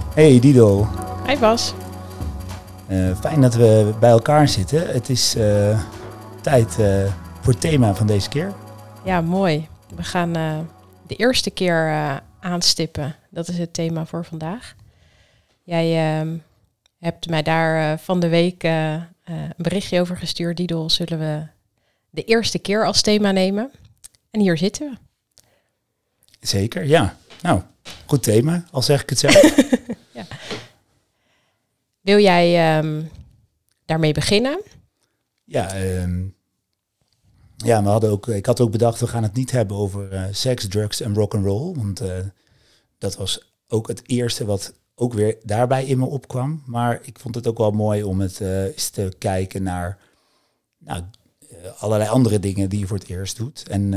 Hey Dido, Hi Bas. fijn dat we bij elkaar zitten. Het is tijd voor het thema van deze keer. Ja, mooi. We gaan de eerste keer aanstippen. Dat is het thema voor vandaag. Jij hebt mij daar van de week een berichtje over gestuurd. Didel, zullen we de eerste keer als thema nemen? En hier zitten we. Zeker, ja. Nou, goed thema, al zeg ik het zelf. Ja. Wil jij daarmee beginnen? Ja, ik had ook bedacht, we gaan het niet hebben over seks, drugs en rock'n'roll. Want dat was ook het eerste wat ook weer daarbij in me opkwam. Maar ik vond het ook wel mooi om het eens te kijken naar allerlei andere dingen die je voor het eerst doet. En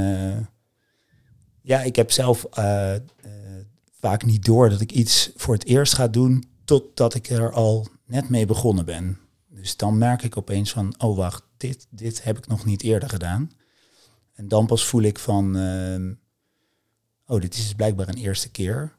ik heb zelf vaak niet door dat ik iets voor het eerst ga doen totdat ik er al net mee begonnen ben. Dus dan merk ik opeens van, oh wacht, dit heb ik nog niet eerder gedaan. En dan pas voel ik van, dit is blijkbaar een eerste keer.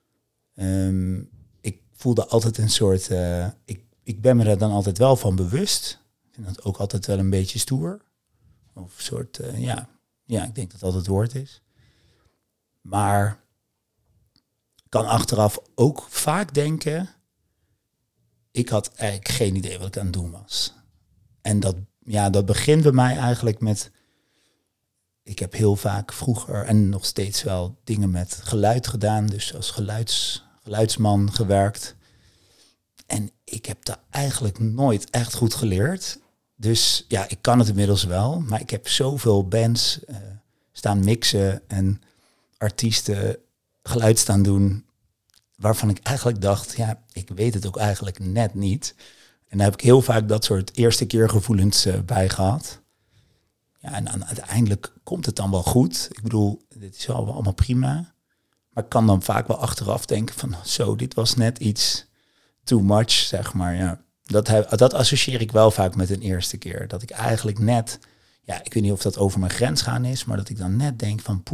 Ik voelde altijd een soort, ik ben me er dan altijd wel van bewust. Ik vind dat ook altijd wel een beetje stoer. Of een soort, ik denk dat dat het woord is. Maar ik kan achteraf ook vaak denken, ik had eigenlijk geen idee wat ik aan het doen was. En dat begint bij mij eigenlijk met, ik heb heel vaak vroeger en nog steeds wel dingen met geluid gedaan. Dus als geluidsman gewerkt. En ik heb dat eigenlijk nooit echt goed geleerd. Dus ja, ik kan het inmiddels wel. Maar ik heb zoveel bands staan mixen en artiesten geluid staan doen, waarvan ik eigenlijk dacht, ja, ik weet het ook eigenlijk net niet. En daar heb ik heel vaak dat soort eerste keer gevoelens bij gehad. Ja, en dan uiteindelijk komt het dan wel goed. Ik bedoel, dit is wel allemaal prima. Maar ik kan dan vaak wel achteraf denken van, zo, dit was net iets too much, zeg maar. Ja. Dat associeer ik wel vaak met een eerste keer. Dat ik eigenlijk net, ik weet niet of dat over mijn grens gaan is, maar dat ik dan net denk van,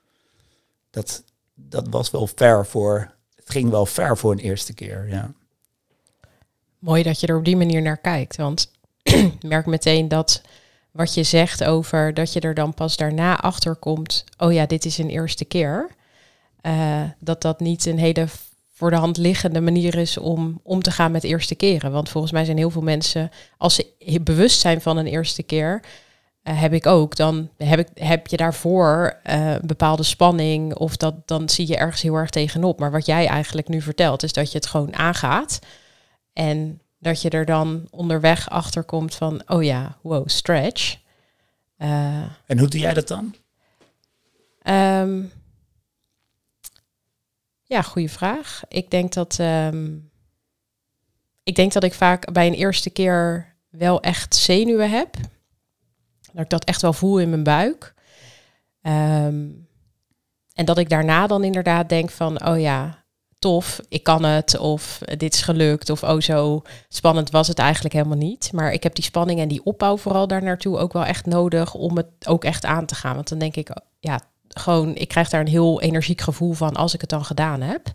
dat was wel ver voor, het ging wel ver voor een eerste keer, ja. Mooi dat je er op die manier naar kijkt. Want ik merk meteen dat wat je zegt over dat je er dan pas daarna achter komt, oh ja, dit is een eerste keer. Dat niet een hele voor de hand liggende manier is om te gaan met eerste keren. Want volgens mij zijn heel veel mensen, als ze bewust zijn van een eerste keer, heb ik ook, dan heb je daarvoor een bepaalde spanning of dan zie je ergens heel erg tegenop. Maar wat jij eigenlijk nu vertelt is dat je het gewoon aangaat en dat je er dan onderweg achter komt van, oh ja, wow, stretch. En hoe doe jij dat dan? Goede vraag. Ik denk dat ik vaak bij een eerste keer wel echt zenuwen heb. Dat ik dat echt wel voel in mijn buik. En dat ik daarna dan inderdaad denk van, oh ja, tof, ik kan het. Of dit is gelukt. Of oh, zo spannend was het eigenlijk helemaal niet. Maar ik heb die spanning en die opbouw vooral daar naartoe ook wel echt nodig om het ook echt aan te gaan. Want dan denk ik, ik krijg daar een heel energiek gevoel van als ik het dan gedaan heb.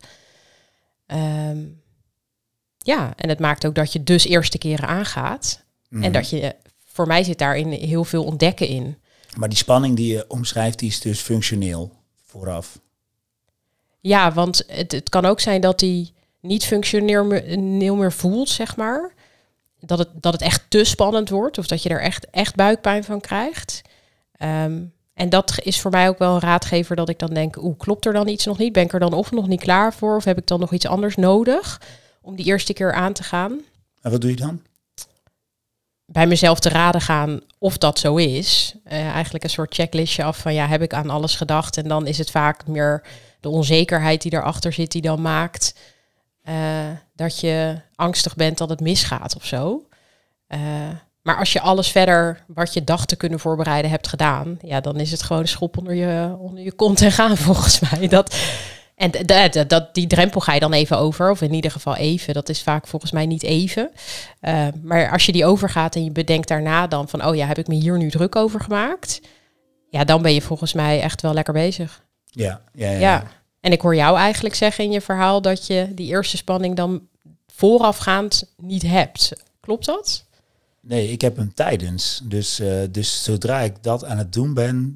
En het maakt ook dat je dus eerste keren aangaat. Mm. En dat je, voor mij zit daarin heel veel ontdekken in. Maar die spanning die je omschrijft, die is dus functioneel vooraf. Ja, want het kan ook zijn dat die niet functioneel meer voelt, zeg maar. Dat het echt te spannend wordt of dat je er echt buikpijn van krijgt. En dat is voor mij ook wel een raadgever dat ik dan denk, klopt er dan iets nog niet? Ben ik er dan of nog niet klaar voor? Of heb ik dan nog iets anders nodig om die eerste keer aan te gaan? En wat doe je dan? Bij mezelf te raden gaan of dat zo is. Eigenlijk een soort checklistje af van, heb ik aan alles gedacht? En dan is het vaak meer de onzekerheid die erachter zit, die dan maakt dat je angstig bent dat het misgaat of zo. Maar als je alles verder wat je dacht te kunnen voorbereiden hebt gedaan, dan is het gewoon een schop onder je kont en gaan volgens mij. Die drempel ga je dan even over, of in ieder geval even. Dat is vaak volgens mij niet even. Maar als je die overgaat en je bedenkt daarna dan van, heb ik me hier nu druk over gemaakt? Ja, dan ben je volgens mij echt wel lekker bezig. Ja. En ik hoor jou eigenlijk zeggen in je verhaal dat je die eerste spanning dan voorafgaand niet hebt. Klopt dat? Nee, ik heb hem tijdens. Dus zodra ik dat aan het doen ben...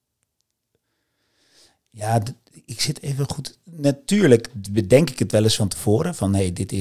Ja, ik zit even goed... Natuurlijk bedenk ik het wel eens van tevoren. Van hey, dit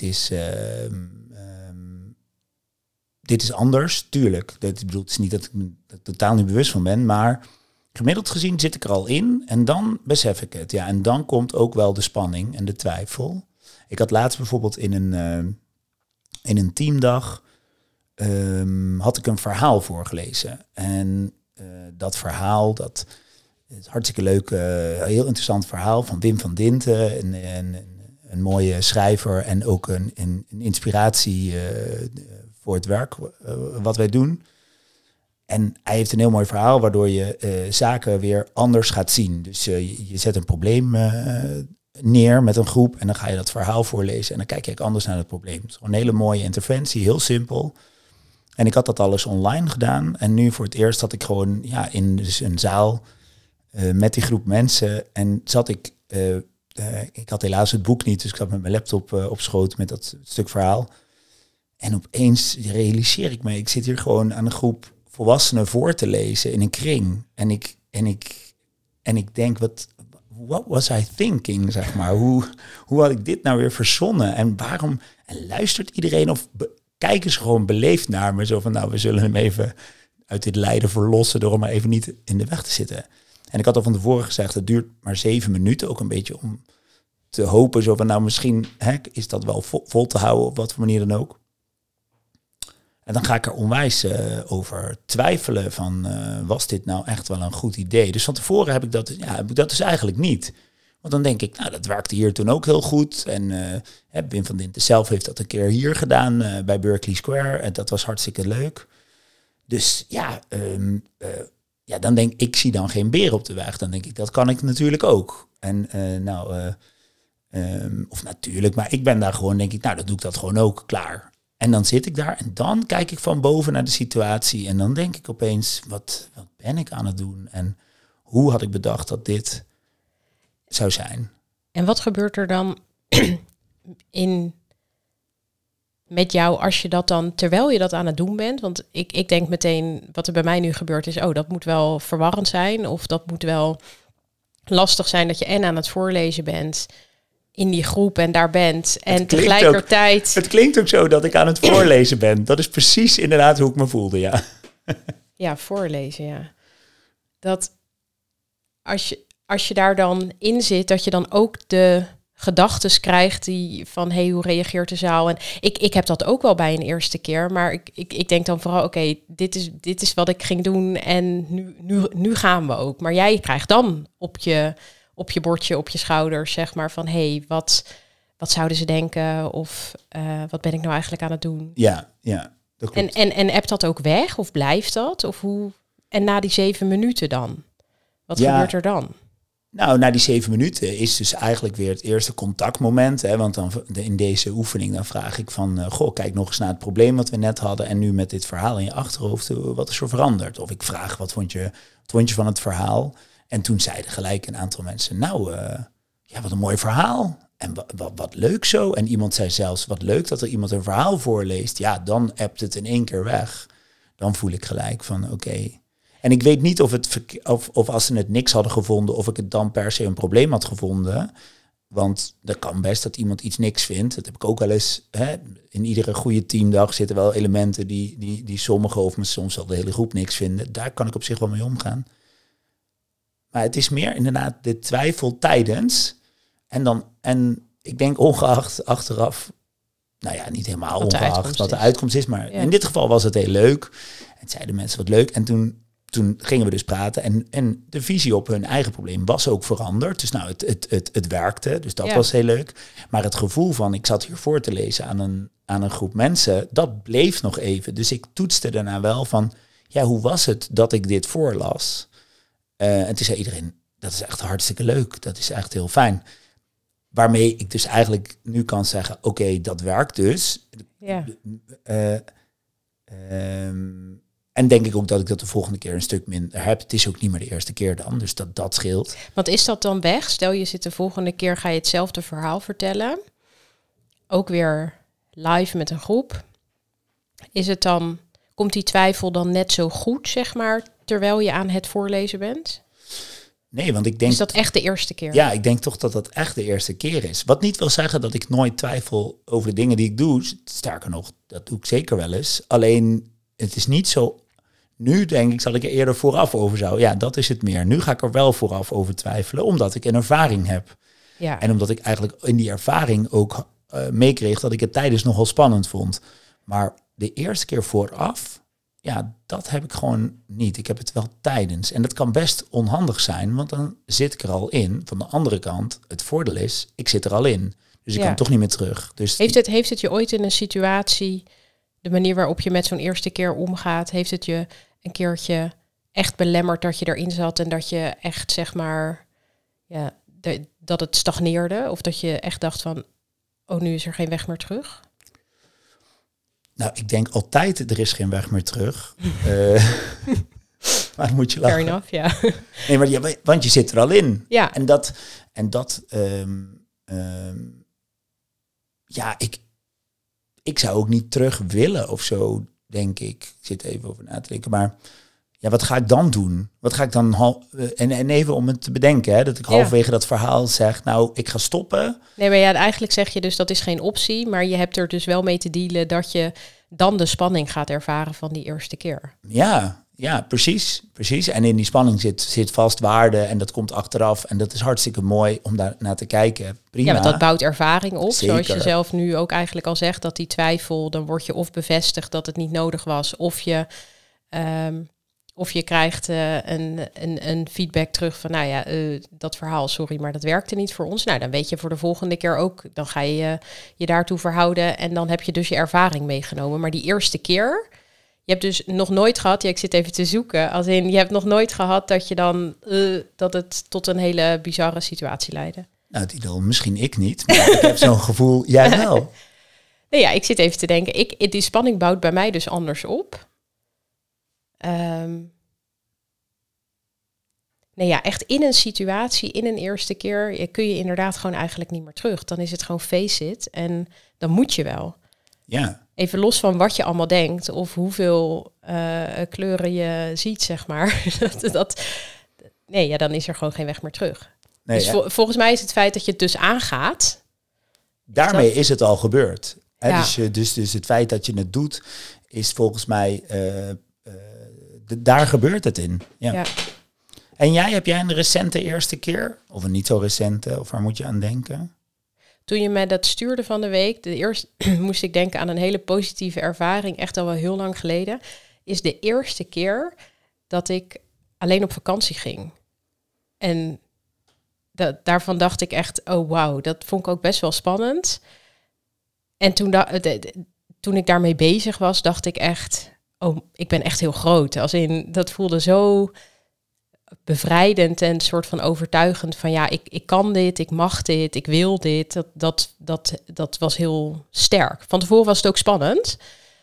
is anders. Tuurlijk. Ik bedoel, het is niet dat ik me er totaal niet bewust van ben. Maar gemiddeld gezien zit ik er al in. En dan besef ik het. Ja, en dan komt ook wel de spanning en de twijfel. Ik had laatst bijvoorbeeld in een teamdag... had ik een verhaal voorgelezen. En dat verhaal, dat is hartstikke leuk, heel interessant verhaal van Wim van Dinten. Een mooie schrijver en ook een inspiratie voor het werk wat wij doen. En hij heeft een heel mooi verhaal waardoor je zaken weer anders gaat zien. Dus je zet een probleem neer met een groep en dan ga je dat verhaal voorlezen en dan kijk je anders naar het probleem. Het is gewoon een hele mooie interventie, heel simpel. En ik had dat alles online gedaan. En nu voor het eerst zat ik gewoon in dus een zaal met die groep mensen. En zat ik... ik had helaas het boek niet, dus ik zat met mijn laptop op schoot met dat stuk verhaal. En opeens realiseer ik me, ik zit hier gewoon aan een groep volwassenen voor te lezen in een kring. En ik denk, what was I thinking, zeg maar? Hoe had ik dit nou weer verzonnen? En waarom... En luistert iedereen of... Kijken ze gewoon beleefd naar me. Zo van, nou, we zullen hem even uit dit lijden verlossen door hem maar even niet in de weg te zitten. En ik had al van tevoren gezegd, het duurt maar 7 minuten. Ook een beetje om te hopen, zo van, nou, misschien is dat wel vol te houden op wat voor manier dan ook. En dan ga ik er onwijs over twijfelen van, was dit nou echt wel een goed idee? Dus van tevoren heb ik dat dus eigenlijk niet. Want dan denk ik, nou, dat werkte hier toen ook heel goed. En Wim van Dinten zelf heeft dat een keer hier gedaan bij Berkeley Square. En dat was hartstikke leuk. Dus dan denk ik, zie dan geen beer op de weg. Dan denk ik, dat kan ik natuurlijk ook. En of natuurlijk, maar ik ben daar gewoon, denk ik, nou, dan doe ik dat gewoon ook, klaar. En dan zit ik daar en dan kijk ik van boven naar de situatie. En dan denk ik opeens, wat ben ik aan het doen? En hoe had ik bedacht dat dit zou zijn? En wat gebeurt er dan met jou als je dat dan, terwijl je dat aan het doen bent? Want ik denk meteen, wat er bij mij nu gebeurt is, dat moet wel verwarrend zijn. Of dat moet wel lastig zijn dat je en aan het voorlezen bent in die groep en daar bent. En tegelijkertijd... Het klinkt ook zo dat ik aan het voorlezen ben. Dat is precies inderdaad hoe ik me voelde, ja. Ja, voorlezen, ja. Dat als je daar dan in zit, dat je dan ook de gedachtes krijgt die van, hey, hoe reageert de zaal? En ik heb dat ook wel bij een eerste keer, maar ik denk dan vooral, oké, dit is wat ik ging doen en nu gaan we ook. Maar jij krijgt dan op je bordje, op je schouders, zeg maar, van, hey, wat zouden ze denken? Of wat ben ik nou eigenlijk aan het doen? Ja, dat klopt. En appt dat ook weg? Of blijft dat? Of hoe? En na die 7 minuten dan? Wat gebeurt er dan? Nou, na die 7 minuten is dus eigenlijk weer het eerste contactmoment. Hè, want dan in deze oefening dan vraag ik van... kijk nog eens naar het probleem wat we net hadden... en nu met dit verhaal in je achterhoofd, wat is er veranderd? Of ik vraag, wat vond je van het verhaal? En toen zeiden gelijk een aantal mensen... nou, wat een mooi verhaal. En wat leuk zo. En iemand zei zelfs, wat leuk dat er iemand een verhaal voorleest. Ja, dan appt het in 1 keer weg. Dan voel ik gelijk van, oké. En ik weet niet of als ze het niks hadden gevonden... of ik het dan per se een probleem had gevonden. Want dat kan best dat iemand iets niks vindt. Dat heb ik ook wel eens. In iedere goede teamdag zitten wel elementen... die sommigen of soms wel de hele groep niks vinden. Daar kan ik op zich wel mee omgaan. Maar het is meer inderdaad de twijfel tijdens... En ik denk ongeacht achteraf, nou ja, niet helemaal ongeacht wat de uitkomst is, maar in dit geval was het heel leuk. En zeiden mensen wat leuk. En toen gingen we dus praten en de visie op hun eigen probleem was ook veranderd. Dus nou, het werkte, dus dat was heel leuk. Maar het gevoel van, ik zat hier voor te lezen aan een groep mensen, dat bleef nog even. Dus ik toetste daarna wel van, ja, hoe was het dat ik dit voorlas? En toen zei iedereen, dat is echt hartstikke leuk, dat is echt heel fijn. Waarmee ik dus eigenlijk nu kan zeggen, oké, dat werkt dus. Ja. En En denk ik ook dat ik dat de volgende keer een stuk minder heb. Het is ook niet meer de eerste keer dan, dus dat scheelt. Want is dat dan weg? Stel je zit de volgende keer, ga je hetzelfde verhaal vertellen. Ook weer live met een groep. Is het dan, komt die twijfel dan net zo goed, zeg maar, terwijl je aan het voorlezen bent? Nee, want ik denk... Is dat echt de eerste keer? Ja, ik denk toch dat dat echt de eerste keer is. Wat niet wil zeggen dat ik nooit twijfel over de dingen die ik doe. Sterker nog, dat doe ik zeker wel eens. Alleen, het is niet zo... Nu denk ik, zal ik er eerder vooraf over zou. Ja, dat is het meer. Nu ga ik er wel vooraf over twijfelen, omdat ik een ervaring heb. Ja. En omdat ik eigenlijk in die ervaring ook meekreeg dat ik het tijdens nogal spannend vond. Maar de eerste keer vooraf, ja, dat heb ik gewoon niet. Ik heb het wel tijdens. En dat kan best onhandig zijn, want dan zit ik er al in. Van de andere kant, het voordeel is, ik zit er al in. Dus ik kan toch niet meer terug. Dus heeft het je ooit in een situatie, de manier waarop je met zo'n eerste keer omgaat, heeft het je een keertje echt belemmerd dat je erin zat en dat je echt, zeg maar, ja, dat het stagneerde? Of dat je echt dacht van, oh, nu is er geen weg meer terug? Nou, ik denk altijd, er is geen weg meer terug. Maar moet je lachen. Fair enough, ja. Nee, maar want je zit er al in. Ja. Ja, ik zou ook niet terug willen of zo, denk ik. Ik zit even over na te denken, maar ja, wat ga ik dan doen? Wat ga ik dan... En even om het te bedenken, hè, dat ik halverwege dat verhaal zeg, nou, ik ga stoppen. Nee, maar ja, eigenlijk zeg je dus dat is geen optie, maar je hebt er dus wel mee te dealen dat je dan de spanning gaat ervaren van die eerste keer. Ja, precies. En in die spanning zit vast waarde en dat komt achteraf. En dat is hartstikke mooi om daar naar te kijken. Prima. Ja, want dat bouwt ervaring op. Zeker. Zoals je zelf nu ook eigenlijk al zegt, dat die twijfel, dan word je of bevestigd dat het niet nodig was, of je krijgt een feedback terug van, nou ja, dat verhaal, sorry, maar dat werkte niet voor ons. Nou, dan weet je voor de volgende keer ook, dan ga je je daartoe verhouden en dan heb je dus je ervaring meegenomen. Maar die eerste keer, je hebt dus nog nooit gehad, ja, ik zit even te zoeken, als in, je hebt nog nooit gehad dat je dan, dat het tot een hele bizarre situatie leidde. Nou, Tidal, misschien ik niet, maar ik heb zo'n gevoel, jij wel. Nee, ja, ik zit even te denken, die spanning bouwt bij mij dus anders op. Nee, ja, echt in een situatie, in een eerste keer, kun je inderdaad gewoon eigenlijk niet meer terug. Dan is het gewoon face it en dan moet je wel. Ja. Even los van wat je allemaal denkt of hoeveel kleuren je ziet, zeg maar. Nee, ja, dan is er gewoon geen weg meer terug. Nee, dus volgens mij is het feit dat je het dus aangaat. Daarmee is het al gebeurd. Hè? Ja. Dus het feit dat je het doet, is volgens mij... daar gebeurt het in. Ja. En heb jij een recente eerste keer? Of een niet zo recente? Of waar moet je aan denken? Toen je mij dat stuurde van de week, moest ik denken aan een hele positieve ervaring, echt al wel heel lang geleden. Is de eerste keer dat ik alleen op vakantie ging. En daarvan dacht ik echt, oh wauw, dat vond ik ook best wel spannend. En toen ik daarmee bezig was, dacht ik echt, oh, ik ben echt heel groot. Als in, dat voelde zo bevrijdend en soort van overtuigend van ja, ik kan dit, ik mag dit, ik wil dit. Dat was heel sterk. Van tevoren was het ook spannend.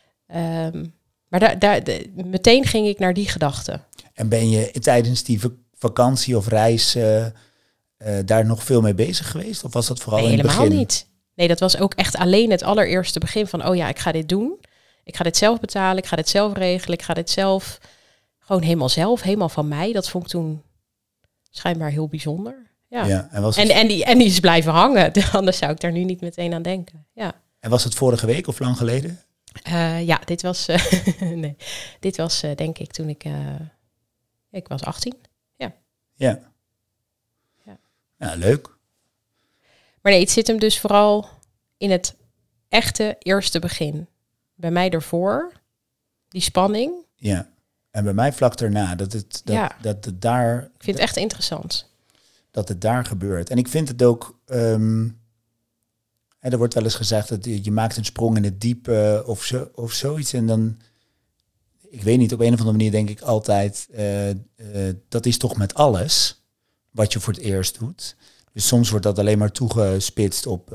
Maar meteen ging ik naar die gedachte. En ben je tijdens die vakantie of reis daar nog veel mee bezig geweest? Of was dat vooral in het begin? Helemaal niet. Nee, dat was ook echt alleen het allereerste begin van, oh ja, ik ga dit doen. Ik ga dit zelf betalen, ik ga dit zelf regelen, ik ga dit zelf gewoon helemaal van mij. Dat vond ik toen schijnbaar heel bijzonder. Ja. En die is blijven hangen. Anders zou ik daar nu niet meteen aan denken. Ja. En was het vorige week of lang geleden? Ja, dit was, dit was denk ik toen ik was 18. Ja. Ja, leuk. Maar nee, het zit hem dus vooral in het echte eerste begin. Bij mij ervoor, die spanning. Ja, en bij mij vlak daarna. Dat het daar... Ik vind het echt interessant. Dat het daar gebeurt. En ik vind het ook... er wordt wel eens gezegd dat je maakt een sprong in het diepe of zoiets. En dan... Ik weet niet, op een of andere manier denk ik altijd... dat is toch met alles wat je voor het eerst doet. Dus soms wordt dat alleen maar toegespitst op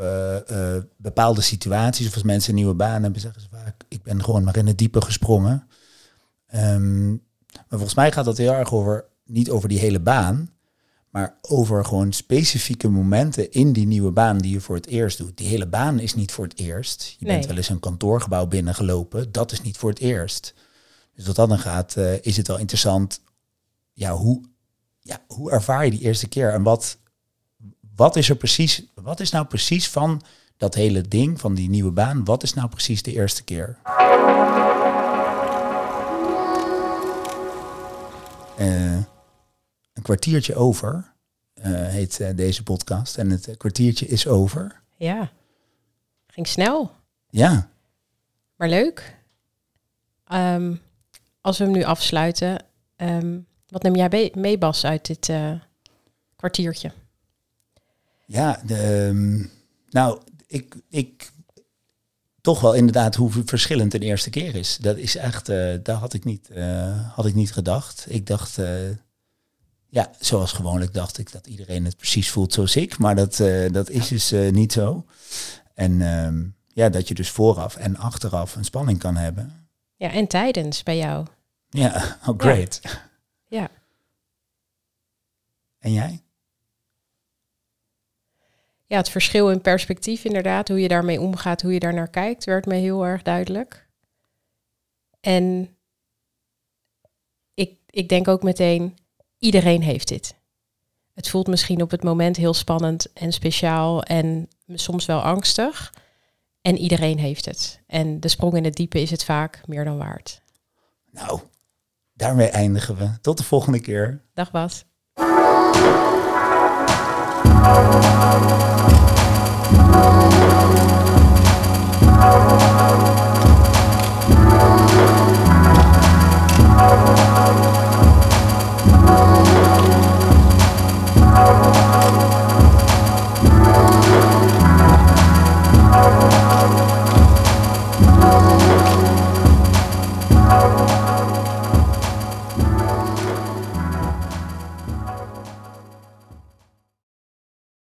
bepaalde situaties. Of als mensen een nieuwe baan hebben, zeggen ze vaak, ik ben gewoon maar in het diepe gesprongen. Maar volgens mij gaat dat heel erg over, niet over die hele baan, maar over gewoon specifieke momenten in die nieuwe baan die je voor het eerst doet. Die hele baan is niet voor het eerst. Je bent wel eens een kantoorgebouw binnengelopen. Dat is niet voor het eerst. Dus wat dat dan gaat, is het wel interessant. Ja, hoe ervaar je die eerste keer? En wat is nou precies van dat hele ding, van die nieuwe baan? Wat is nou precies de eerste keer? Een kwartiertje over heet deze podcast. En het kwartiertje is over. Ja, ging snel. Ja. Maar leuk. Als we hem nu afsluiten, wat neem jij mee, Bas, uit dit kwartiertje? Ja, ik toch wel inderdaad hoe verschillend een eerste keer is. Dat is echt, daar had ik niet gedacht. Ik dacht, zoals gewoonlijk dacht ik dat iedereen het precies voelt zoals ik. Maar dat is dus niet zo. En dat je dus vooraf en achteraf een spanning kan hebben. Ja, en tijdens bij jou. Ja, oh great. Ja. En jij? Ja, het verschil in perspectief inderdaad, hoe je daarmee omgaat, hoe je daar naar kijkt, werd me heel erg duidelijk. En ik denk ook meteen, iedereen heeft dit. Het voelt misschien op het moment heel spannend en speciaal en soms wel angstig. En iedereen heeft het. En de sprong in het diepe is het vaak meer dan waard. Nou, daarmee eindigen we. Tot de volgende keer. Dag Bas.